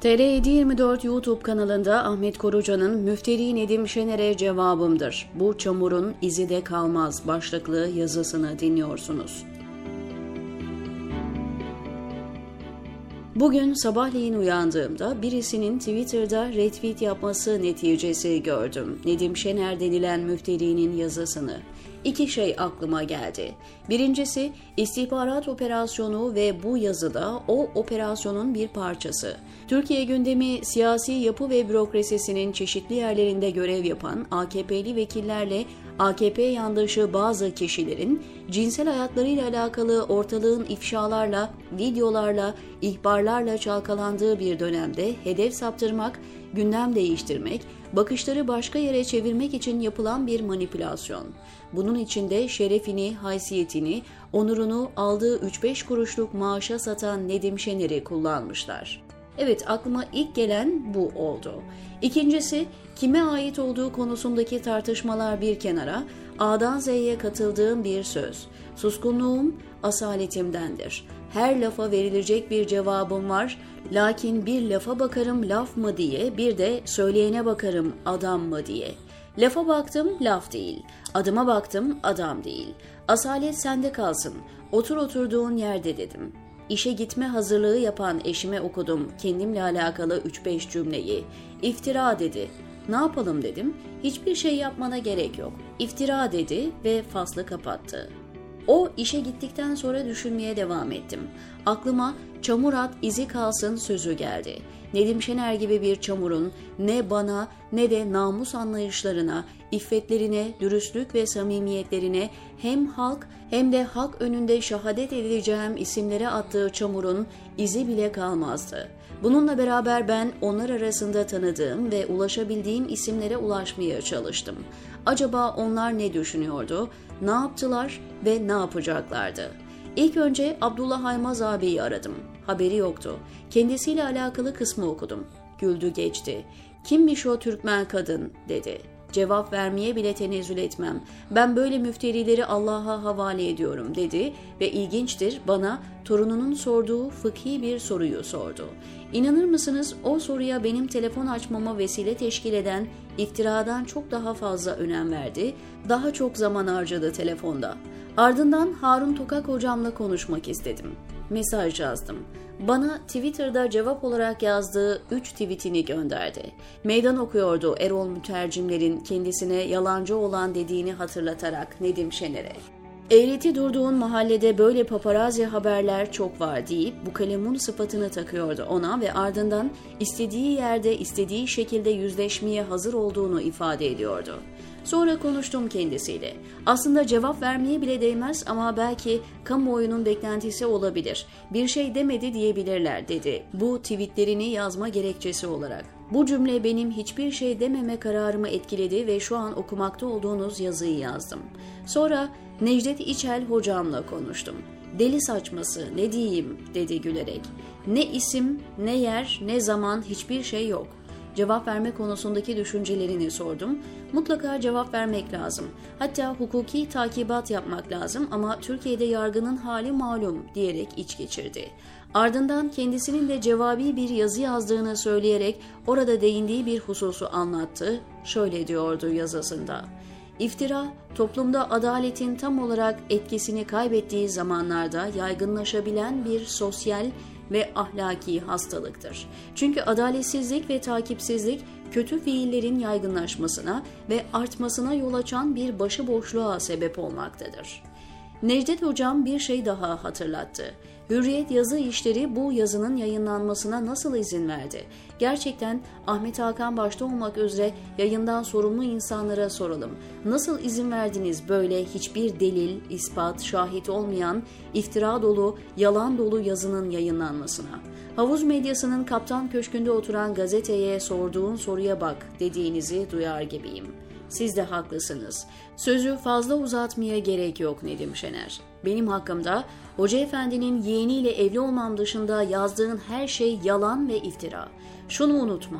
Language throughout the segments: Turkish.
TR724 YouTube kanalında Ahmet Korucan'ın Müfteri Nedim Şener'e cevabımdır. Bu çamurun izi de kalmaz başlıklı yazısını dinliyorsunuz. Bugün sabahleyin uyandığımda birisinin Twitter'da retweet yapması neticesi gördüm. Nedim Şener denilen müfterinin yazısını. İki şey aklıma geldi. Birincisi istihbarat operasyonu ve bu yazıda o operasyonun bir parçası. Türkiye gündemi siyasi yapı ve bürokrasisinin çeşitli yerlerinde görev yapan AKP'li vekillerle AKP yandaşı bazı kişilerin cinsel hayatlarıyla alakalı ortalığın ifşalarla, videolarla, ihbarlarla çalkalandığı bir dönemde hedef saptırmak, gündem değiştirmek, bakışları başka yere çevirmek için yapılan bir manipülasyon. Bunun içinde şerefini, haysiyetini, onurunu aldığı 3-5 kuruşluk maaşa satan Nedim Şener'i kullanmışlar. Evet, aklıma ilk gelen bu oldu. İkincisi, kime ait olduğu konusundaki tartışmalar bir kenara, A'dan Z'ye katıldığım bir söz. Suskunluğum asaletimdendir. Her lafa verilecek bir cevabım var, lakin bir lafa bakarım laf mı diye, bir de söyleyene bakarım adam mı diye. Lafa baktım laf değil, adıma baktım adam değil. Asalet sende kalsın, otur oturduğun yerde dedim. İşe gitme hazırlığı yapan eşime okudum kendimle alakalı 3-5 cümleyi. İftira dedi. Ne yapalım dedim. Hiçbir şey yapmana gerek yok. İftira dedi ve faslı kapattı. O işe gittikten sonra düşünmeye devam ettim. Aklıma çamur at izi kalsın sözü geldi. Nedim Şener gibi bir çamurun ne bana ne de namus anlayışlarına, iffetlerine, dürüstlük ve samimiyetlerine hem halk hem de halk önünde şehadet edileceğim isimlere attığı çamurun izi bile kalmazdı. Bununla beraber ben onlar arasında tanıdığım ve ulaşabildiğim isimlere ulaşmaya çalıştım. Acaba onlar ne düşünüyordu, ne yaptılar ve ne yapacaklardı? İlk önce Abdullah Aymaz abiyi aradım. Haberi yoktu. Kendisiyle alakalı kısmı okudum. Güldü geçti. Kimmiş o Türkmen kadın dedi. Cevap vermeye bile tenezzül etmem. Ben böyle müfterileri Allah'a havale ediyorum dedi ve ilginçtir bana torununun sorduğu fıkhi bir soruyu sordu. İnanır mısınız o soruya benim telefon açmama vesile teşkil eden iftiradan çok daha fazla önem verdi, daha çok zaman harcadı telefonda. Ardından Harun Tokak hocamla konuşmak istedim. Mesaj yazdım. Bana Twitter'da cevap olarak yazdığı 3 tweetini gönderdi. Meydan okuyordu Erol mütercimlerin kendisine yalancı olan dediğini hatırlatarak Nedim Şener'e. Eğreti durduğun mahallede böyle paparazzi haberler çok var deyip bu kalemun sıfatını takıyordu ona ve ardından istediği yerde istediği şekilde yüzleşmeye hazır olduğunu ifade ediyordu. Sonra konuştum kendisiyle. Aslında cevap vermeye bile değmez ama belki kamuoyunun beklentisi olabilir. Bir şey demedi diyebilirler dedi. Bu tweetlerini yazma gerekçesi olarak. Bu cümle benim hiçbir şey dememe kararımı etkiledi ve şu an okumakta olduğunuz yazıyı yazdım. Sonra Necdet İçel hocamla konuştum. Deli saçması ne diyeyim dedi gülerek. Ne isim, ne yer, ne zaman hiçbir şey yok. Cevap verme konusundaki düşüncelerini sordum. Mutlaka cevap vermek lazım. Hatta hukuki takibat yapmak lazım ama Türkiye'de yargının hali malum diyerek iç geçirdi. Ardından kendisinin de cevabi bir yazı yazdığını söyleyerek orada değindiği bir hususu anlattı. Şöyle diyordu yazısında. İftira, toplumda adaletin tam olarak etkisini kaybettiği zamanlarda yaygınlaşabilen bir sosyal ve ahlaki hastalıktır. Çünkü adaletsizlik ve takipsizlik kötü fiillerin yaygınlaşmasına ve artmasına yol açan bir başıboşluğa sebep olmaktadır. Necdet hocam bir şey daha hatırlattı. Hürriyet yazı işleri bu yazının yayınlanmasına nasıl izin verdi? Gerçekten Ahmet Hakan başta olmak üzere yayından sorumlu insanlara soralım. Nasıl izin verdiniz böyle hiçbir delil, ispat, şahit olmayan, iftira dolu, yalan dolu yazının yayınlanmasına? Havuz medyasının kaptan köşkünde oturan gazeteye sorduğun soruya bak dediğinizi duyar gibiyim. Siz de haklısınız. Sözü fazla uzatmaya gerek yok Nedim Şener. Benim hakkımda Hoca Efendi'nin yeğeniyle evli olmam dışında yazdığın her şey yalan ve iftira. Şunu unutma.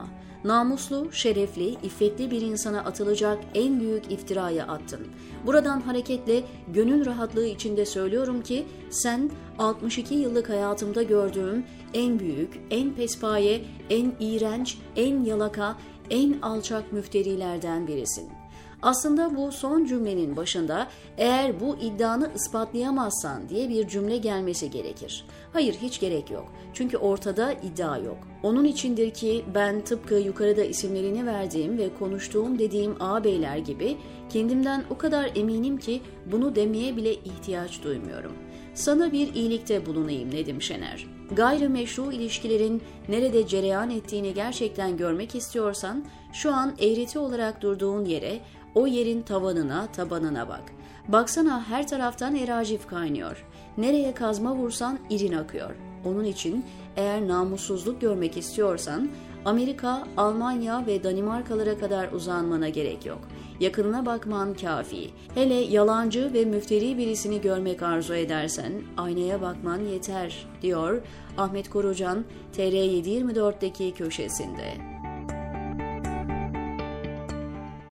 Namuslu, şerefli, iffetli bir insana atılacak en büyük iftirayı attın. Buradan hareketle gönül rahatlığı içinde söylüyorum ki sen 62 yıllık hayatımda gördüğüm en büyük, en pespaye, en iğrenç, en yalaka, en alçak müfterilerden birisin. Aslında bu son cümlenin başında eğer bu iddianı ispatlayamazsan diye bir cümle gelmesi gerekir. Hayır, hiç gerek yok. Çünkü ortada iddia yok. Onun içindir ki ben tıpkı yukarıda isimlerini verdiğim ve konuştuğum dediğim ağabeyler gibi kendimden o kadar eminim ki bunu demeye bile ihtiyaç duymuyorum. Sana bir iyilikte bulunayım Nedim Şener. Gayrimeşru ilişkilerin nerede cereyan ettiğini gerçekten görmek istiyorsan şu an eğreti olarak durduğun yere, o yerin tavanına, tabanına bak. Baksana her taraftan eracif kaynıyor. Nereye kazma vursan irin akıyor. Onun için eğer namussuzluk görmek istiyorsan Amerika, Almanya ve Danimarkalara kadar uzanmana gerek yok. Yakınına bakman kafi. Hele yalancı ve müfteri birisini görmek arzu edersen aynaya bakman yeter, diyor Ahmet Korucan TR724'deki köşesinde.